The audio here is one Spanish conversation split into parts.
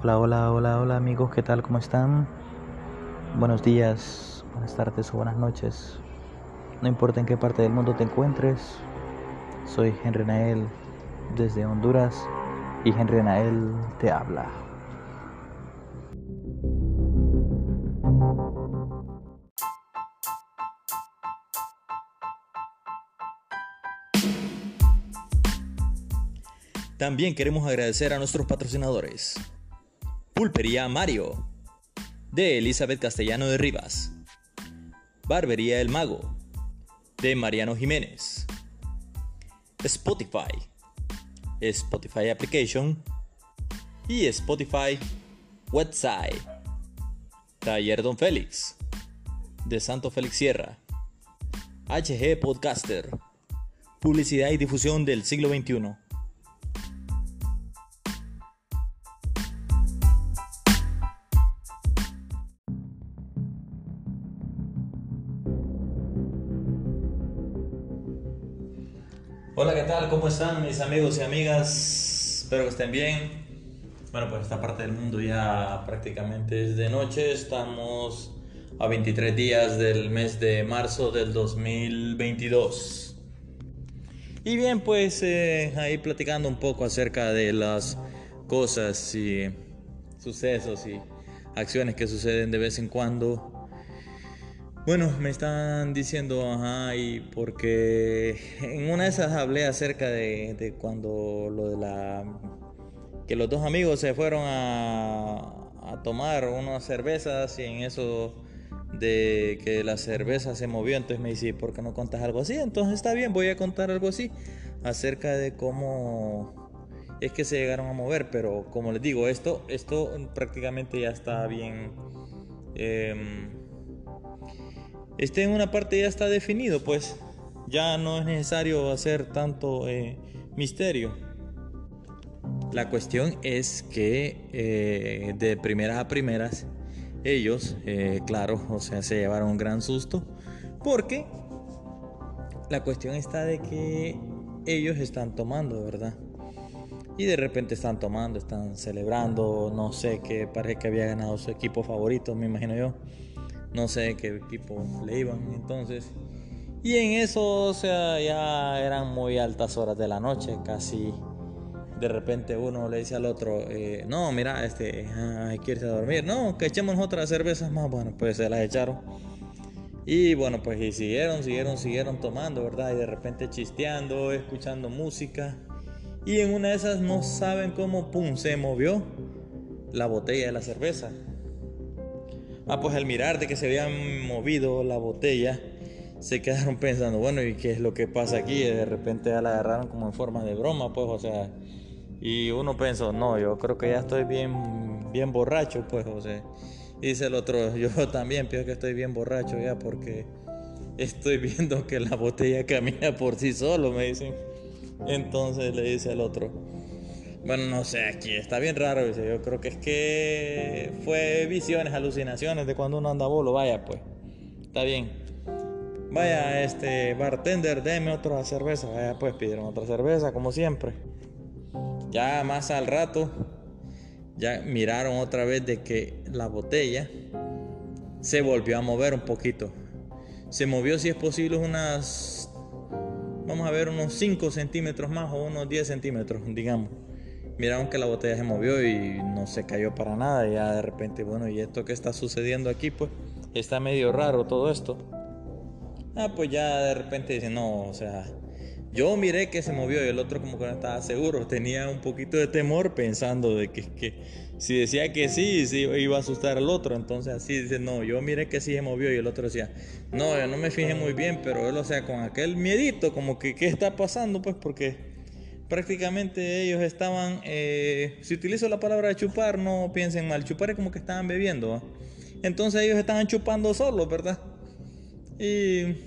Hola, hola, hola, hola amigos, ¿qué tal? ¿Cómo están? Buenos días, buenas tardes o buenas noches. No importa en qué parte del mundo te encuentres, soy Henry Nael desde Honduras y Henry Nael te habla. También queremos agradecer a nuestros patrocinadores. Pulpería Mario, de Elizabeth Castellano de Rivas. Barbería El Mago, de Mariano Jiménez. Spotify, Spotify Application y Spotify Website. Taller Don Félix, de Santo Félix Sierra. HG Podcaster, publicidad y difusión del siglo XXI. Hola, ¿qué tal? ¿Cómo están mis amigos y amigas? Espero que estén bien. Bueno, pues esta parte del mundo ya prácticamente es de noche. Estamos a 23 días del mes de marzo del 2022. Y bien, pues ahí platicando un poco acerca de las cosas y sucesos y acciones que suceden de vez en cuando. Bueno, me están diciendo, ajá, y porque en una de esas hablé acerca de cuando lo de que los dos amigos se fueron a tomar unas cervezas y en eso de que la cerveza se movió, entonces me dice, ¿por qué no contas algo así? Entonces está bien, voy a contar algo así acerca de cómo es que se llegaron a mover, pero como les digo, esto prácticamente ya está bien. En una parte ya está definido, pues ya no es necesario hacer tanto misterio. La cuestión es que de primeras a primeras ellos, claro, o sea, se llevaron un gran susto porque la cuestión está de que ellos están tomando, ¿verdad? Y de repente están tomando, están celebrando, no sé, que parece que había ganado su equipo favorito, me imagino yo. No sé qué equipo le iban entonces. Y en eso, o sea, ya eran muy altas horas de la noche, casi de repente uno le dice al otro, no, mira, hay que irse a dormir. No, que echemos otras cervezas más. Bueno, pues se las echaron. Y bueno, pues y siguieron tomando, ¿verdad? Y de repente chisteando, escuchando música. Y en una de esas no saben cómo, pum, se movió la botella de la cerveza. Pues al mirar de que se habían movido la botella, se quedaron pensando, bueno, ¿y qué es lo que pasa aquí? Y de repente ya la agarraron como en forma de broma, pues, o sea, y uno pensó, no, yo creo que ya estoy bien borracho, pues, o sea, y dice el otro, yo también pienso que estoy bien borracho ya porque estoy viendo que la botella camina por sí solo, me dicen. Entonces le dice al otro, bueno, no sé, aquí está bien raro, dice, yo creo que es que fue visiones, alucinaciones de cuando uno anda bolo, vaya pues, está bien. Vaya, bartender, deme otra cerveza, vaya pues, pidieron otra cerveza como siempre. Ya más al rato, ya miraron otra vez de que la botella se volvió a mover un poquito. Se movió, si es posible, vamos a ver, unos 5 centímetros más o unos 10 centímetros, digamos. Miraron que la botella se movió y no se cayó para nada. Y ya de repente, bueno, ¿y esto qué está sucediendo aquí? Pues está medio raro todo esto. Pues ya de repente dicen, no, o sea, yo miré que se movió y el otro como que no estaba seguro. Tenía un poquito de temor pensando de que si decía que sí, iba a asustar al otro. Entonces así dice, no, yo miré que sí se movió y el otro decía, no, yo no me fijé muy bien, pero él, o sea, con aquel miedito, como que qué está pasando, pues porque prácticamente ellos estaban, si utilizo la palabra chupar, no piensen mal, chupar es como que estaban bebiendo, ¿va? Entonces ellos estaban chupando solos, ¿verdad? Y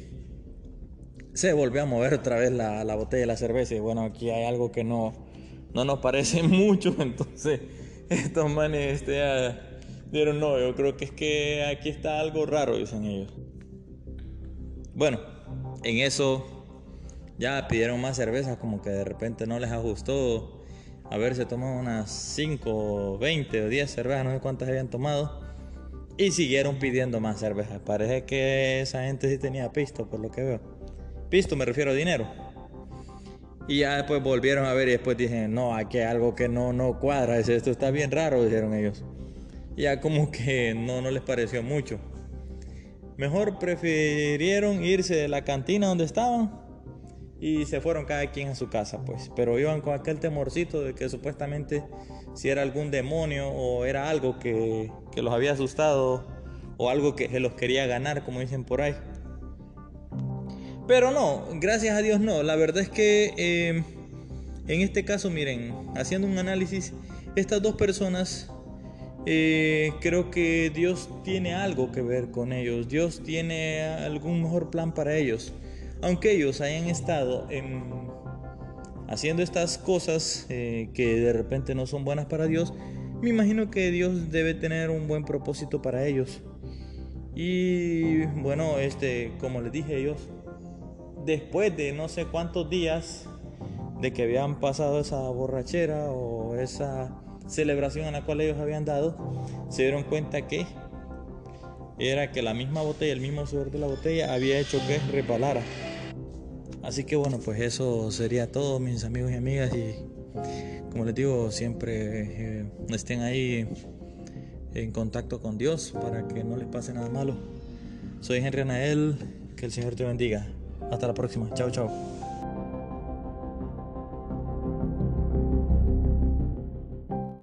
se volvió a mover otra vez la botella de la cerveza y bueno, aquí hay algo que no nos parece mucho, entonces estos manes dieron, no, yo creo que es que aquí está algo raro, dicen ellos. Bueno, en eso ya pidieron más cerveza, como que de repente no les ajustó haberse tomado unas 5, 20 o 10 cervezas, no sé cuántas habían tomado, y siguieron pidiendo más cervezas. Parece que esa gente sí tenía pisto, por lo que veo. Pisto me refiero a dinero. Y ya después volvieron a ver y después dije, no, aquí hay algo que no cuadra, esto está bien raro, dijeron ellos. Y ya como que no les pareció mucho. Mejor prefirieron irse de la cantina donde estaban y se fueron cada quien a su casa, pues. Pero iban con aquel temorcito de que supuestamente si era algún demonio o era algo que los había asustado o algo que se los quería ganar, como dicen por ahí. Pero no, gracias a Dios no. La verdad es que en este caso, miren, haciendo un análisis, estas dos personas, creo que Dios tiene algo que ver con ellos. Dios tiene algún mejor plan para ellos. Aunque ellos hayan estado haciendo estas cosas que de repente no son buenas para Dios, me imagino que Dios debe tener un buen propósito para ellos. Y bueno, como les dije, ellos después de no sé cuántos días de que habían pasado esa borrachera o esa celebración a la cual ellos habían dado, se dieron cuenta que era que la misma botella, el mismo sudor de la botella había hecho que resbalara. Así que bueno, pues eso sería todo, mis amigos y amigas, y como les digo, siempre estén ahí en contacto con Dios para que no les pase nada malo. Soy Henry Anael, que el Señor te bendiga. Hasta la próxima, chao chao.